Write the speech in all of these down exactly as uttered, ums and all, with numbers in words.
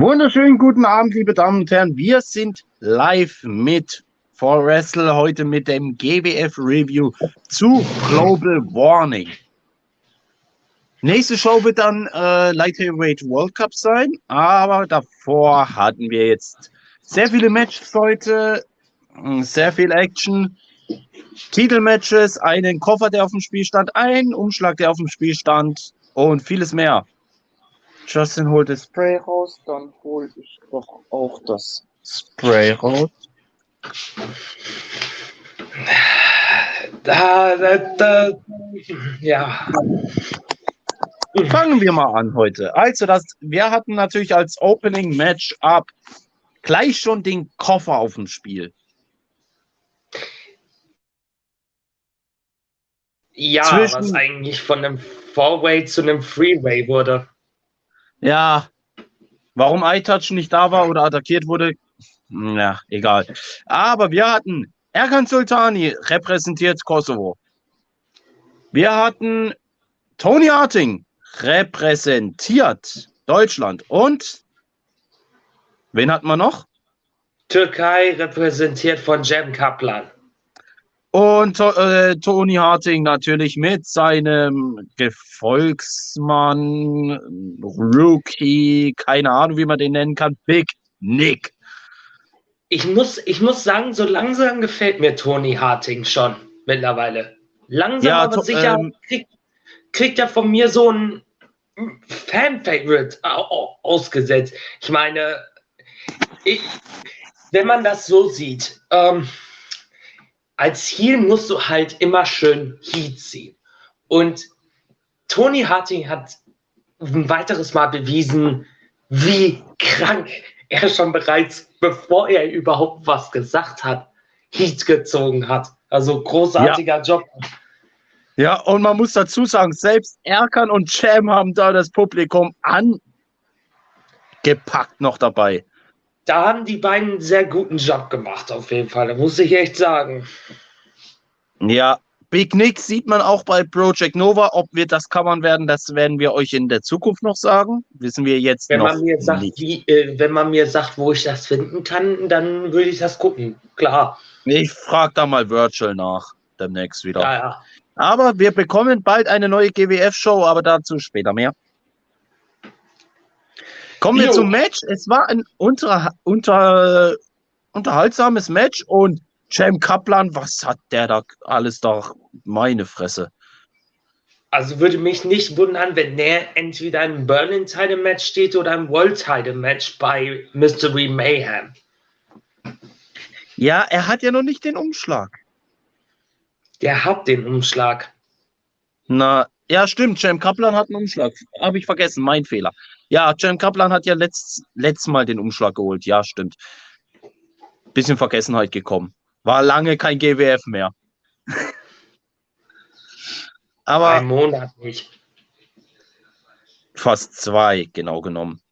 Wunderschönen guten Abend, liebe Damen und Herren. Wir sind live mit For Wrestle heute mit dem G W F Review zu Global Warning. Nächste Show wird dann äh, Light Heavyweight World Cup sein, aber davor hatten wir jetzt sehr viele Matches heute, sehr viel Action, Titelmatches, einen Koffer, der auf dem Spiel stand, einen Umschlag, der auf dem Spiel stand und vieles mehr. Justin holt das Spray raus, dann hole ich doch auch das Spray raus. Da, da, da, ja. Fangen wir mal an heute. Also, das, wir hatten natürlich als Opening Match-up gleich schon den Koffer auf dem Spiel. Ja, Zwischen, was eigentlich von einem Four-Way zu einem Freeway wurde. Ja, warum iTouch nicht da war oder attackiert wurde, ja, egal. Aber wir hatten Erkan Sultani, repräsentiert Kosovo. Wir hatten Tony Harting, repräsentiert Deutschland. Und wen hatten wir noch? Türkei, repräsentiert von Cem Kaplan. Und äh, Tony Harting natürlich mit seinem Gefolgsmann, Rookie, keine Ahnung, wie man den nennen kann, Big Nick. Ich muss, ich muss sagen, so langsam gefällt mir Tony Harting schon mittlerweile. Langsam, Ja, aber to- sicher ähm, kriegt, kriegt er von mir so ein Fan-Favorite ausgesetzt. Ich meine, ich, wenn man das so sieht, ähm, als Heel musst du halt immer schön Heat ziehen. Und Tony Harting hat ein weiteres Mal bewiesen, wie krank er schon bereits, bevor er überhaupt was gesagt hat, Heat gezogen hat. Also großartiger ja. Job. Ja, und man muss dazu sagen, selbst Erkan und Cem haben da das Publikum angepackt noch dabei. Da haben die beiden einen sehr guten Job gemacht, auf jeden Fall. Da muss ich echt sagen. Ja, Big Nick sieht man auch bei Project Nova. Ob wir das covern werden, das werden wir euch in der Zukunft noch sagen. Wissen wir jetzt wenn noch man mir sagt, nicht. Wie, äh, wenn man mir sagt, wo ich das finden kann, dann würde ich das gucken. Klar. Ich frage da mal Virtual nach, demnächst wieder. Ja, ja. Aber wir bekommen bald eine neue G W F-Show, aber dazu später mehr. Kommen wir Jo. zum Match. Es war ein unter, unter, unterhaltsames Match und Cem Kaplan, was hat der da alles da? Meine Fresse. Also würde mich nicht wundern, wenn er entweder im Berlin-Title-Match steht oder im World-Title-Match bei Mystery Mayhem. Ja, er hat ja noch nicht den Umschlag. Der hat den Umschlag. Na, ja, stimmt. Cem Kaplan hat einen Umschlag. Habe ich vergessen, mein Fehler. Ja, Cem Kaplan hat ja letzt, letztes Mal den Umschlag geholt. Ja, stimmt. Bisschen Vergessenheit gekommen. War lange kein G W F mehr. Aber Ein Monat nicht. Fast zwei, genau genommen.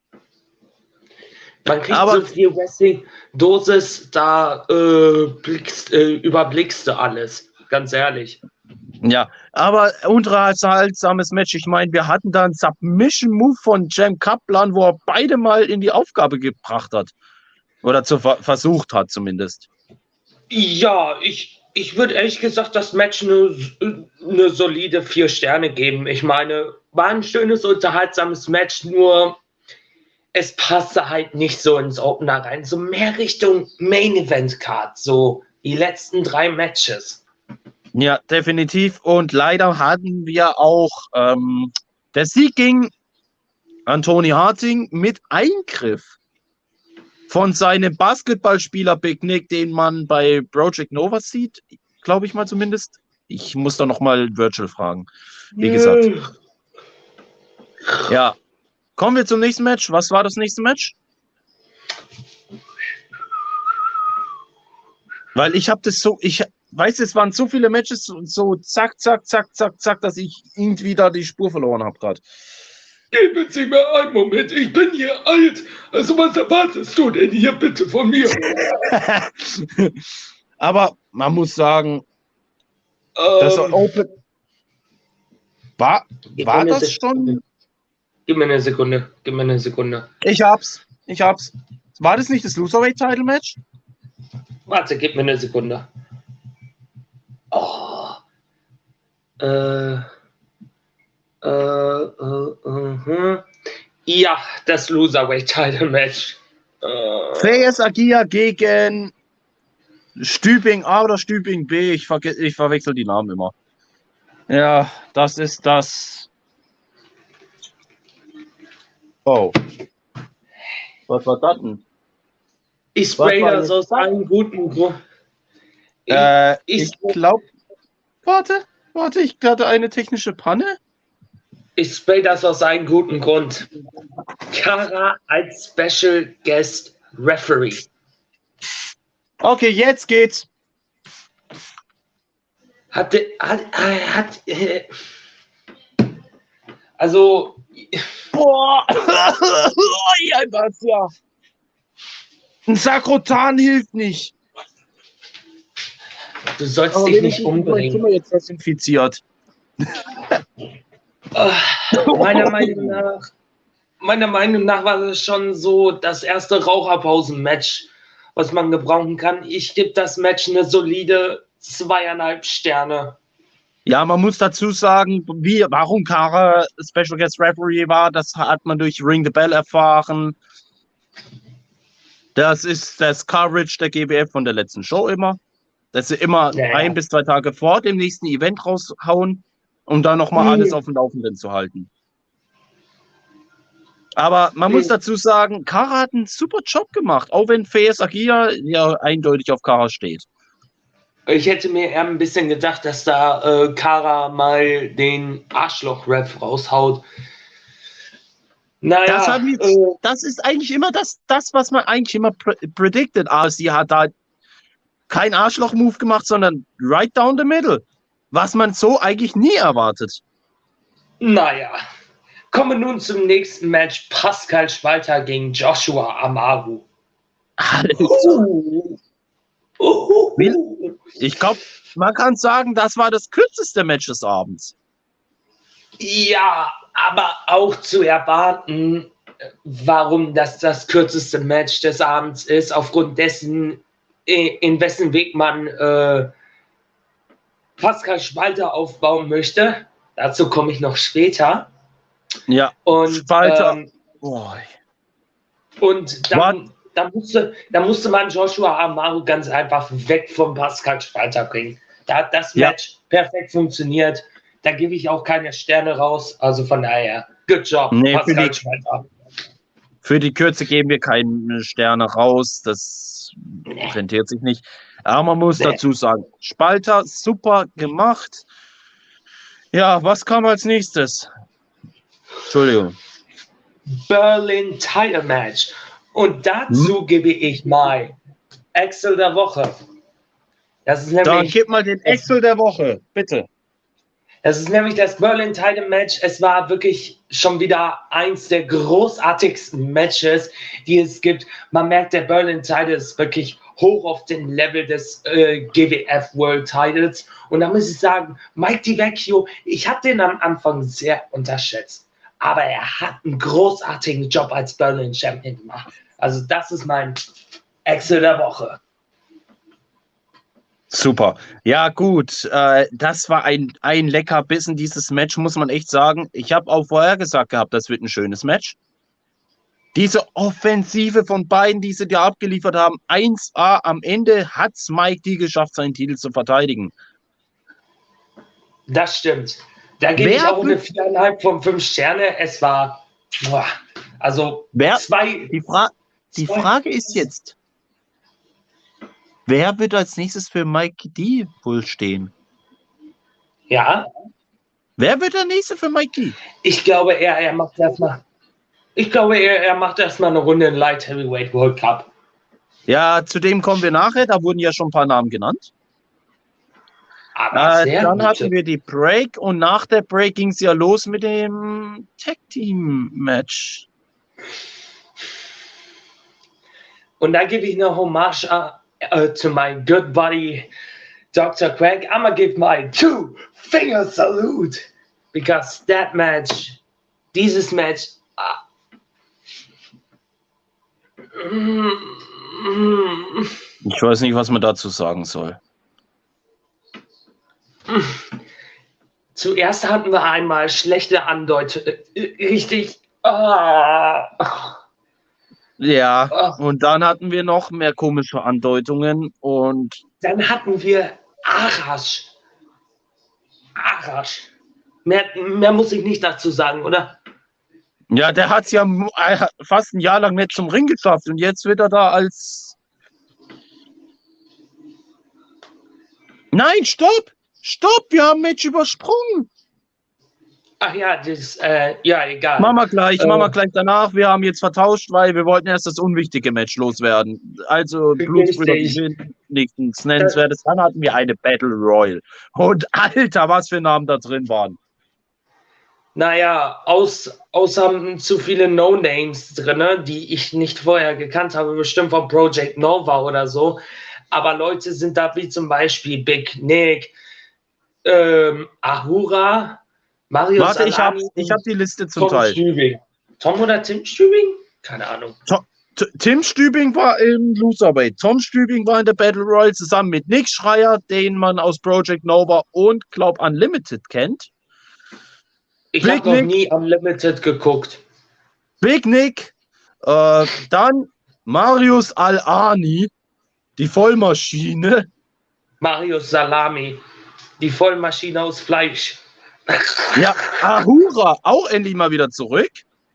Man kriegt Aber so viel Wrestling-Dosis, da äh, blickst, äh, überblickst du alles. Ganz ehrlich. Ja, aber unterhaltsames Match. Ich meine, wir hatten da einen Submission-Move von Cem Kaplan, wo er beide mal in die Aufgabe gebracht hat. Oder zu ver versucht hat zumindest. Ja, ich, ich würde ehrlich gesagt das Match eine, eine solide vier Sterne geben. Ich meine, war ein schönes, unterhaltsames Match, nur es passte halt nicht so ins Opener rein. So mehr Richtung Main Event Card, so die letzten drei Matches. Ja, definitiv. Und leider hatten wir auch, ähm, der Sieg ging an Tony Harting mit Eingriff von seinem Basketballspieler Big Nick, den man bei Project Nova sieht, glaube ich mal zumindest. Ich muss da noch mal Virtual fragen. Wie gesagt. Ja. Kommen wir zum nächsten Match. Was war das nächste Match? Weil ich habe das so, ich weiß, es waren so viele Matches und so zack, zack, zack, zack, zack, dass ich irgendwie da die Spur verloren habe gerade. Geben Sie mir einen Moment, ich bin hier alt. Also was erwartest du denn hier bitte von mir? Aber man muss sagen, ähm, das Open war, war das schon? Gib mir eine Sekunde. Gib mir eine Sekunde. Ich hab's. Ich hab's. War das nicht das Loserweight-Title-Match? Warte, gib mir eine Sekunde. Oh. Äh. Äh, äh, uh-huh. Ja, das Loserweight-Title-Match. Äh. Fayez Agia gegen Stübing A oder Stübing B. Ich, verge ich verwechsel die Namen immer. Ja, das ist das. Oh. Was war das denn? Ich spray das aus einem guten Grund. Ich, äh, ich glaube. Warte, warte, ich hatte eine technische Panne. Ich spray das aus einem guten Grund. Kara als Special Guest Referee. Okay, jetzt geht's. Hatte, hat, hat, äh, also, boah, ja, das ja. Ein Sakrotan hilft nicht. Du sollst Aber dich nicht umbringen. Ich bin jetzt desinfiziert. meiner Meinung nach, meiner Meinung nach war das schon so das erste Raucherpausen-Match, was man gebrauchen kann. Ich gebe das Match eine solide zweieinhalb Sterne. Ja, man muss dazu sagen, wie, warum Kara Special Guest Referee war, das hat man durch Ring the Bell erfahren. Das ist das Coverage der G W F von der letzten Show immer. Dass sie immer ja, ein ja. bis zwei Tage vor dem nächsten Event raushauen, um dann nochmal mhm. alles auf dem Laufenden zu halten. Aber man mhm. muss dazu sagen, Kara hat einen super Job gemacht, auch wenn Fayez Agia ja eindeutig auf Kara steht. Ich hätte mir eher ein bisschen gedacht, dass da äh, Kara mal den Arschloch-Rap raushaut. Naja, das, hat jetzt, äh, das ist eigentlich immer das, das, was man eigentlich immer pre predicted. Aber sie hat da kein Arschloch-Move gemacht, sondern right down the middle. Was man so eigentlich nie erwartet. Naja, kommen wir nun zum nächsten Match. Pascal Spalter gegen Joshua Amaru. Uh. Uh. Ich glaube, man kann sagen, das war das kürzeste Match des Abends. Ja, aber auch zu erwarten, warum das das kürzeste Match des Abends ist, aufgrund dessen, in wessen Weg man äh, Pascal Spalter aufbauen möchte. Dazu komme ich noch später. Ja, und Spalter. Ähm, und dann, dann, musste, dann musste man Joshua Amaru ganz einfach weg vom Pascal Spalter bringen. Da hat das Match ja. perfekt funktioniert. Da gebe ich auch keine Sterne raus. Also von daher, good job, nee, Pascal für die, Spalter. Für die Kürze geben wir keine Sterne raus. Das nee. rentiert sich nicht. Aber man muss nee. dazu sagen, Spalter, super gemacht. Ja, was kam als nächstes? Entschuldigung. Berlin Title Match. Und dazu hm? gebe ich mal Excel der Woche. Das ist nämlich, Dann gib mal den Excel der Woche, bitte. Das ist nämlich das Berlin Title Match. Es war wirklich schon wieder eins der großartigsten Matches, die es gibt. Man merkt, der Berlin Title ist wirklich hoch auf dem Level des äh, G W F World Titles. Und da muss ich sagen, Mike DiVecchio, ich habe den am Anfang sehr unterschätzt. Aber er hat einen großartigen Job als Berlin Champion gemacht. Also das ist mein Excel der Woche. Super. Ja, gut. Äh, das war ein, ein Leckerbissen, dieses Match, muss man echt sagen. Ich habe auch vorher gesagt gehabt, das wird ein schönes Match. Diese Offensive von beiden, die sie dir abgeliefert haben, eins A, am Ende hat es Mike D geschafft, seinen Titel zu verteidigen. Das stimmt. Da gebe ich auch eine viereinhalb von fünf Sterne. Es war, boah, also wer, zwei. Die, Fra die zwei, Frage ist jetzt, wer wird als nächstes für Mike D wohl stehen? Ja. Wer wird der nächste für Mike D? Ich glaube, er, er macht erstmal. Ich glaube, er, er macht erstmal eine Runde in Light Heavyweight World Cup. Ja, zu dem kommen wir nachher. Da wurden ja schon ein paar Namen genannt. Aber äh, dann gute. hatten wir die Break und nach der Break ging es ja los mit dem Tag Team Match. Und da gebe ich eine Hommage uh, to my good buddy Doctor Craig. I'm gonna give my two finger salute because that match, dieses Match Ich weiß nicht, was man dazu sagen soll. Zuerst hatten wir einmal schlechte Andeutungen. Richtig. Ah. Ja, Ah. und dann hatten wir noch mehr komische Andeutungen und Dann hatten wir Arash. Arash. Mehr, mehr muss ich nicht dazu sagen, oder? ja, der hat es ja fast ein Jahr lang nicht zum Ring geschafft und jetzt wird er da als... Nein, stopp! Stopp, wir haben ein Match übersprungen. Ach ja, das, äh, ja, egal. Machen wir gleich, äh, machen wir gleich danach. Wir haben jetzt vertauscht, weil wir wollten erst das unwichtige Match loswerden. Also Blutbrüder gewinnen, nichts Nennenswertes. Dann hatten wir eine Battle Royal. Und Alter, was für Namen da drin waren. Naja, aus, außer zu viele No-Names drin, die ich nicht vorher gekannt habe, bestimmt von Project Nova oder so. Aber Leute sind da wie zum Beispiel Big Nick, ähm, Ahura, Mario Warte, ich habe Salami ich hab die Liste zum Tom Teil. Stübing. Tom oder Tim Stübing? Keine Ahnung. Tom, Tim Stübing war im Loserweight. Tom Stübing war in der Battle Royale zusammen mit Nick Schreier, den man aus Project Nova und glaub Unlimited kennt. Ich habe noch nie Unlimited geguckt. Big Nick, äh, dann Marius Al-Ani, die Vollmaschine. Marius Salami, die Vollmaschine aus Fleisch. Ja, Ahura, auch endlich mal wieder zurück.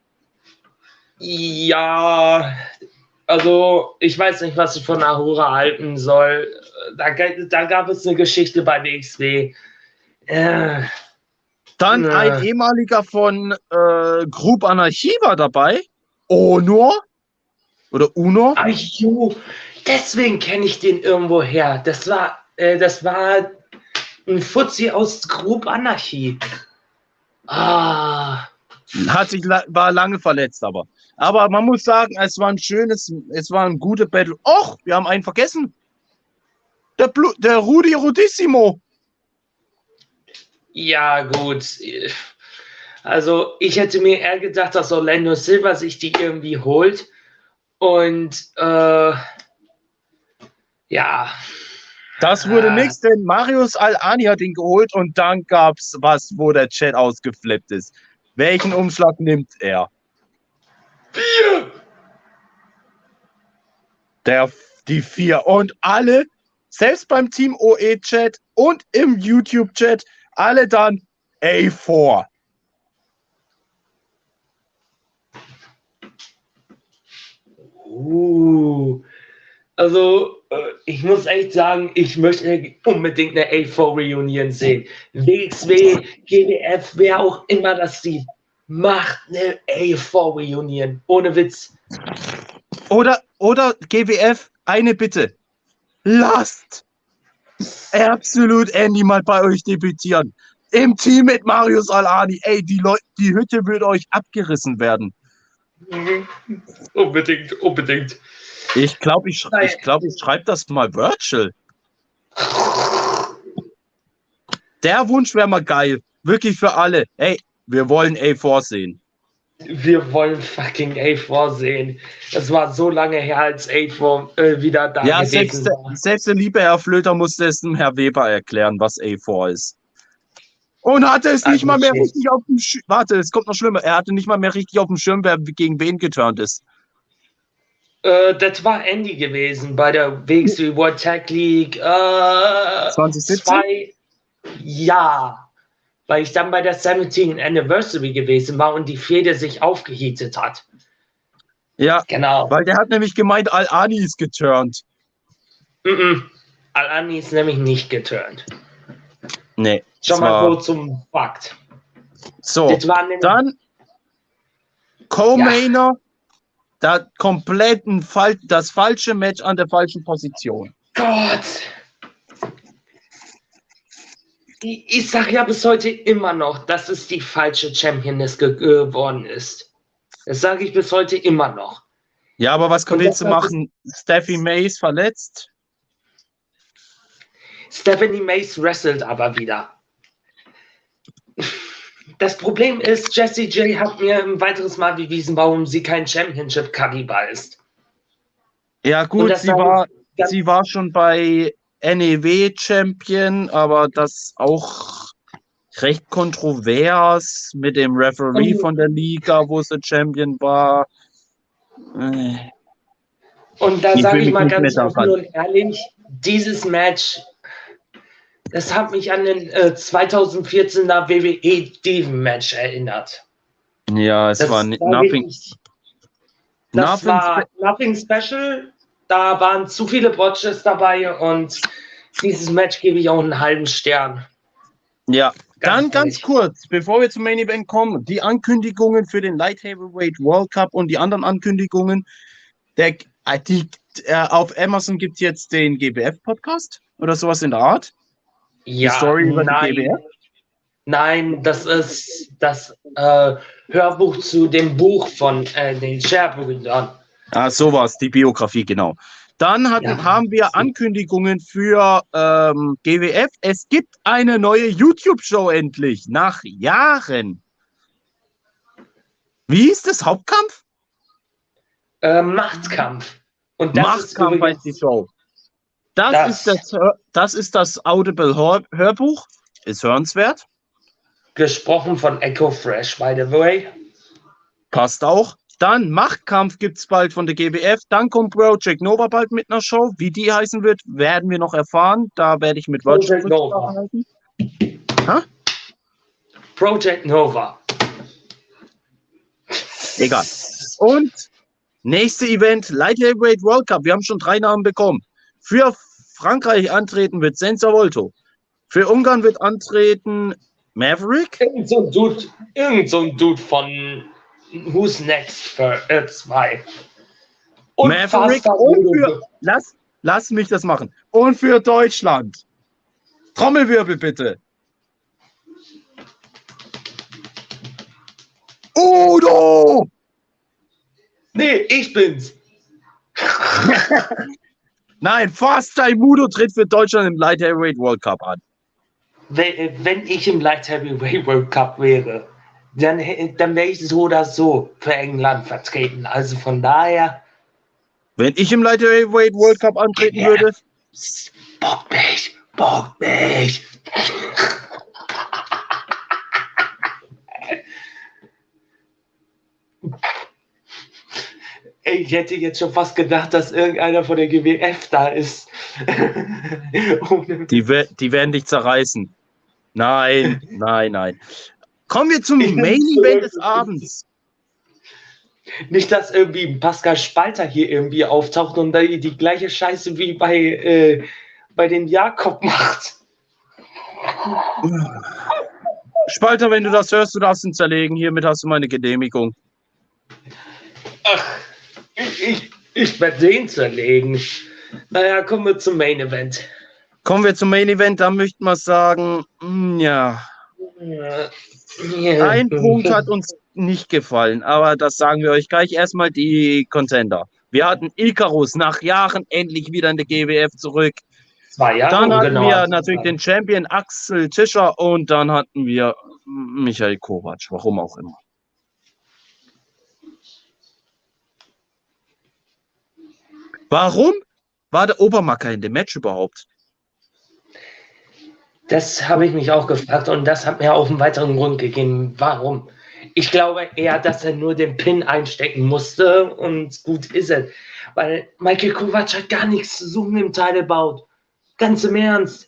Ja, also ich weiß nicht, was ich von Ahura halten soll. Da, da gab es eine Geschichte bei W X W. Äh, Dann äh. ein ehemaliger von äh, Group Anarchie war dabei. Onur. Oder Uno. Ach jo, deswegen kenne ich den irgendwo her. Das war, äh, das war ein Fuzzi aus Group Anarchie. Ah. Hat sich, war lange verletzt, aber. Aber man muss sagen, es war ein schönes, es war ein gutes Battle. Och, wir haben einen vergessen. Der, Blu der Rudi Rudissimo. Ja, gut. Also, ich hätte mir eher gedacht, dass Orlando Silva sich die irgendwie holt. Und, äh, ja. Das wurde ah. nichts, denn Marius Al-Ani hat ihn geholt und dann gab es was, wo der Chat ausgeflippt ist. Welchen Umschlag nimmt er? Vier! Der, die vier. Und alle, selbst beim Team O E-Chat und im YouTube-Chat, alle dann A vier. Uh, also, äh, ich muss echt sagen, ich möchte unbedingt eine A vier Reunion sehen. W X W, G W F, wer auch immer das sieht, macht eine A vier Reunion. Ohne Witz. Oder, oder G W F, eine Bitte. Lasst Absolute Andy mal bei euch debütieren. Im Team mit Marius Al-Ani. Ey, die, Leute, die Hütte wird euch abgerissen werden. Mhm. Unbedingt, unbedingt. Ich glaube, ich, schrei ich, glaub, ich schreibe das mal Virtual. Der Wunsch wäre mal geil. Wirklich für alle. Ey, wir wollen A vier sehen. Wir wollen fucking A vier sehen. Das war so lange her, als A vier äh, wieder da ja, gewesen selbst, war. Selbst der liebe Herr Flöter musste es dem Herr Weber erklären, was A vier ist. Und hatte es nicht mal mehr richtig auf dem Schirm. Warte, es kommt noch schlimmer. Er hatte nicht mal mehr richtig auf dem Schirm, wer gegen wen geturnt ist. Äh, das war Andy gewesen bei der W X W World Tag League. Äh, zwanzig siebzehn? Zwei, ja, weil ich dann bei der siebzehnten Anniversary gewesen war und die Fehde sich aufgeheatet hat. Ja, genau. Weil der hat nämlich gemeint, Al-Ani ist geturnt. Mm -mm. Al-Ani ist nämlich nicht geturnt. Nee. Schon mal so zum Fakt. So, dann Co-Mainer, ja. Da komplett ein Fal das falsche Match an der falschen Position. Gott! Ich, ich sage ja bis heute immer noch, dass es die falsche Championess geworden ist. Das sage ich bis heute immer noch. Ja, aber was willst du machen? Stephanie Mace verletzt? Stephanie Mace wrestelt aber wieder. Das Problem ist, Jessie J hat mir ein weiteres Mal bewiesen, warum sie kein Championship-Kannibal ist. Ja gut, sie war, sie war schon bei N E W-Champion, aber das auch recht kontrovers mit dem Referee von der Liga, wo sie Champion war. Äh, Und da ich sage will ich mich mal nicht mehr ganz offen daran. und ehrlich, dieses Match, das hat mich an den äh, zweitausendvierzehner W W E-Diven-Match erinnert. Ja, es Das war ni- war nothing, wirklich, das nothing war spe- nothing special. Da waren zu viele Botches dabei und dieses Match gebe ich auch einen halben Stern. Ja, Ganz dann ganz ehrlich. kurz, bevor wir zum Main Event kommen, die Ankündigungen für den Light Heavyweight World Cup und die anderen Ankündigungen. Der, äh, die, äh, auf Amazon gibt es jetzt den G B F-Podcast oder sowas in der Art. Ja, die Story über die G B F? nein. Nein, das ist das äh, Hörbuch zu dem Buch von äh, den Scher-Brüdern. Ah, sowas, die Biografie, genau. Dann hatten, Ja. haben wir Ankündigungen für ähm, G W F. Es gibt eine neue YouTube-Show endlich, nach Jahren. Wie ist das? Hauptkampf? Äh, Machtkampf. Und das Machtkampf ist heißt die Show. Das, das. Ist das, Hör- das ist das Audible Hör Hörbuch. Ist hörenswert. Gesprochen von Echo Fresh, by the way. Passt auch. Dann Machtkampf gibt es bald von der G B F. Dann kommt Project Nova bald mit einer Show. Wie die heißen wird, werden wir noch erfahren. Da werde ich mit Project Virtual Nova. halten. Ha? Project Nova. Egal. Und nächste Event, Light Heavyweight World Cup. Wir haben schon drei Namen bekommen. Für Frankreich antreten wird Senza Volto. Für Ungarn wird antreten Maverick. Irgend so ein Dude, irgend so ein Dude von Who's Next für äh, zwei. Und Maverick. Faster Und Udo. für, lass, lass mich das machen. Und für Deutschland. Trommelwirbel bitte. Udo! Nee, ich bin's. Nein, Fast Time Udo tritt für Deutschland im Light Heavyweight World Cup an. Wenn, wenn ich im Light Heavyweight World Cup wäre, dann, dann wäre ich so oder so für England vertreten. Also von daher. Wenn ich im Light Heavyweight World Cup antreten Ja. würde, Bock mich, bock mich. Ich hätte jetzt schon fast gedacht, dass irgendeiner von der G W F da ist. die, we- die werden dich zerreißen. Nein, nein, nein. Kommen wir zum Ich Main bin's Event des zurück. Abends. Nicht, dass irgendwie ein Pascal Spalter hier irgendwie auftaucht und da die, die gleiche Scheiße wie bei, äh, bei den Jakob macht. Spalter, wenn du das hörst, du darfst ihn zerlegen. Hiermit hast du meine Genehmigung. Ach, ich, ich, ich werde den zerlegen. Naja, kommen wir zum Main Event. Kommen wir zum Main Event, da möchte man sagen, mh, ja, ein Punkt hat uns nicht gefallen, aber das sagen wir euch gleich. Erstmal die Contender. Wir hatten Icarus nach Jahren endlich wieder in der G W F zurück. Zwei Jahre, Dann hatten genau. wir natürlich den Champion Axel Tischer und dann hatten wir Michael Kovac, warum auch immer. Warum war der Obermacker in dem Match überhaupt? Das habe ich mich auch gefragt und das hat mir auch einen weiteren Grund gegeben. Warum? Ich glaube eher, dass er nur den Pin einstecken musste und gut ist es. Weil Michael Kovac hat gar nichts zu suchen im Titlebaut. Ganz im Ernst.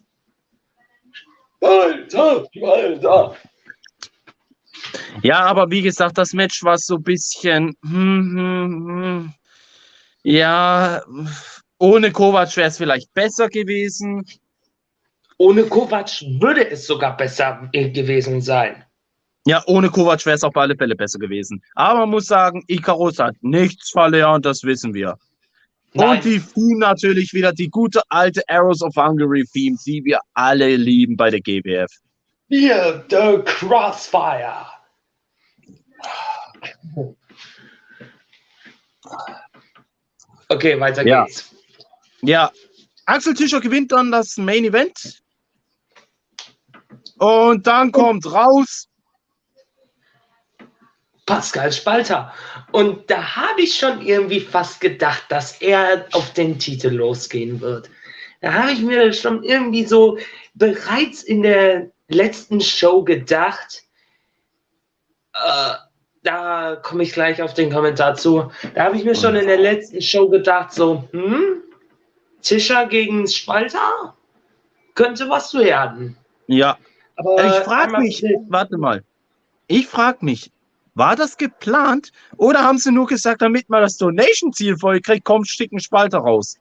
Alter, Alter. Ja, aber wie gesagt, das Match war so ein bisschen, hm, hm, hm, ja, ohne Kovac wäre es vielleicht besser gewesen. Ohne Kovac würde es sogar besser gewesen sein. Ja, ohne Kovac wäre es auch bei alle Fälle besser gewesen. Aber man muss sagen, Icarus hat nichts verloren, das wissen wir. Nein. Und die Theme natürlich wieder, die gute alte Arrows of Hungary Theme, die wir alle lieben bei der G W F. Hier, the Crossfire. Okay, weiter Ja. geht's. Ja, Axel Tischer gewinnt dann das Main Event. Und dann kommt raus Pascal Spalter. Und da habe ich schon irgendwie fast gedacht, dass er auf den Titel losgehen wird. Da habe ich mir schon irgendwie so bereits in der letzten Show gedacht, äh, da komme ich gleich auf den Kommentar zu, da habe ich mir schon in der letzten Show gedacht, so, hm, Tischer gegen Spalter? Könnte was werden. Ja. Aber ich frage mich, warte mal, ich frage mich, war das geplant oder haben sie nur gesagt, damit man das Donation-Ziel voll kriegt, kommt, schicken Spalter raus?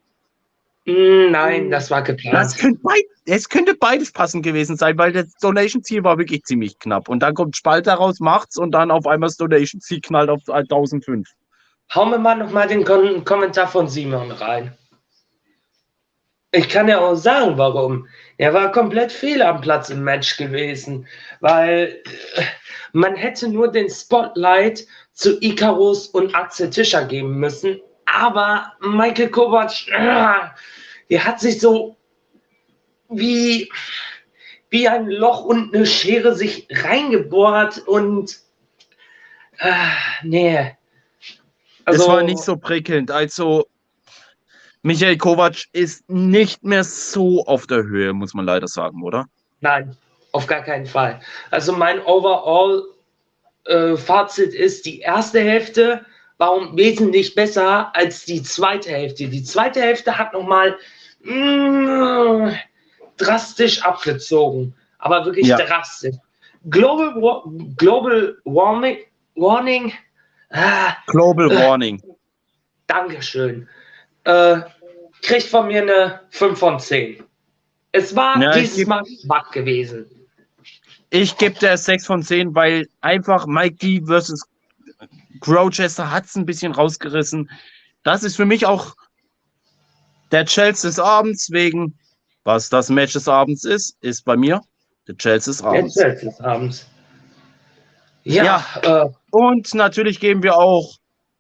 Nein, das war geplant. Das könnte beid, es könnte beides passend gewesen sein, weil das Donation-Ziel war wirklich ziemlich knapp. Und dann kommt Spalter raus, macht's und dann auf einmal das Donation-Ziel knallt auf tausendfünf. Hauen wir mal nochmal den Kom Kommentar von Simon rein. Ich kann ja auch sagen, warum. Er war komplett fehl am Platz im Match gewesen, weil äh, man hätte nur den Spotlight zu Icarus und Axel Tischer geben müssen, aber Michael Kovac, äh, der hat sich so wie, wie ein Loch und eine Schere sich reingebohrt und äh, nee. Also, es war nicht so prickelnd, also Michael Kovac ist nicht mehr so auf der Höhe, muss man leider sagen, oder? Nein, auf gar keinen Fall. Also mein Overall-Fazit äh, ist, die erste Hälfte war wesentlich besser als die zweite Hälfte. Die zweite Hälfte hat nochmal mm, drastisch abgezogen, aber wirklich ja. drastisch. Global, War Global Warming, Warning. Ah, Global äh, Warning. Dankeschön. Äh, kriegt von mir eine fünf von zehn. Es war ja, dieses geb, Mal schwach gewesen. Ich gebe der sechs von zehn, weil einfach Mike D versus Grouchester hat es ein bisschen rausgerissen. Das ist für mich auch der Chelsea des Abends, wegen was das Match des Abends ist, ist bei mir der Chelsea des Abends. Der Chelsea des Abends. Ja. ja äh, und natürlich geben wir auch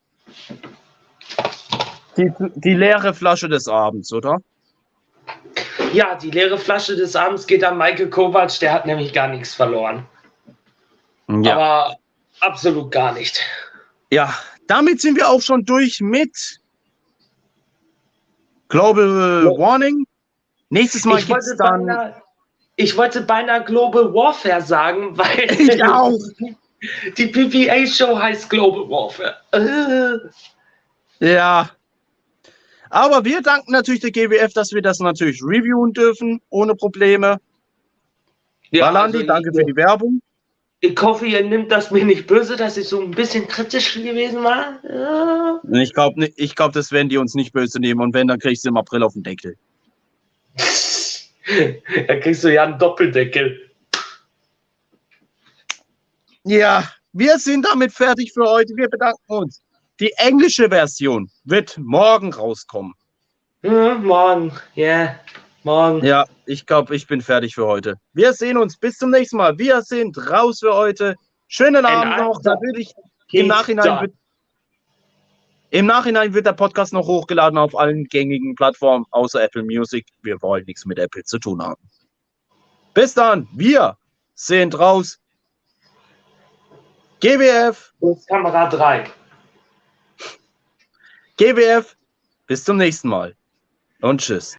Die, die leere Flasche des Abends, oder? Ja, die leere Flasche des Abends geht an Michael Kovac, der hat nämlich gar nichts verloren. Ja. Aber absolut gar nicht. Ja, damit sind wir auch schon durch mit Global ja. Warning. Nächstes Mal gibt es dann... Beinahe, ich wollte beinahe Global Warfare sagen, weil ich auch. Die P P A-Show heißt Global Warfare. Ja. Aber wir danken natürlich der G W F, dass wir das natürlich reviewen dürfen, ohne Probleme. Ja, Balandi, also danke für die Werbung. Ich hoffe, ihr nimmt das mir nicht böse, dass ich so ein bisschen kritisch gewesen war. Ja. Ich glaube, ich glaub, das werden die uns nicht böse nehmen. Und wenn, dann kriegst du im April auf den Deckel. Da kriegst du ja einen Doppeldeckel. Ja, wir sind damit fertig für heute. Wir bedanken uns. Die englische Version wird morgen rauskommen. Mhm, morgen, ja, yeah. morgen. Ja, ich glaube, ich bin fertig für heute. Wir sehen uns. Bis zum nächsten Mal. Wir sind raus für heute. Schönen Abend noch. Natürlich im Nachhinein, wird, im Nachhinein wird der Podcast noch hochgeladen auf allen gängigen Plattformen, außer Apple Music. Wir wollen nichts mit Apple zu tun haben. Bis dann. Wir sind raus. G W F. Und Kamera drei. G W F, bis zum nächsten Mal und tschüss.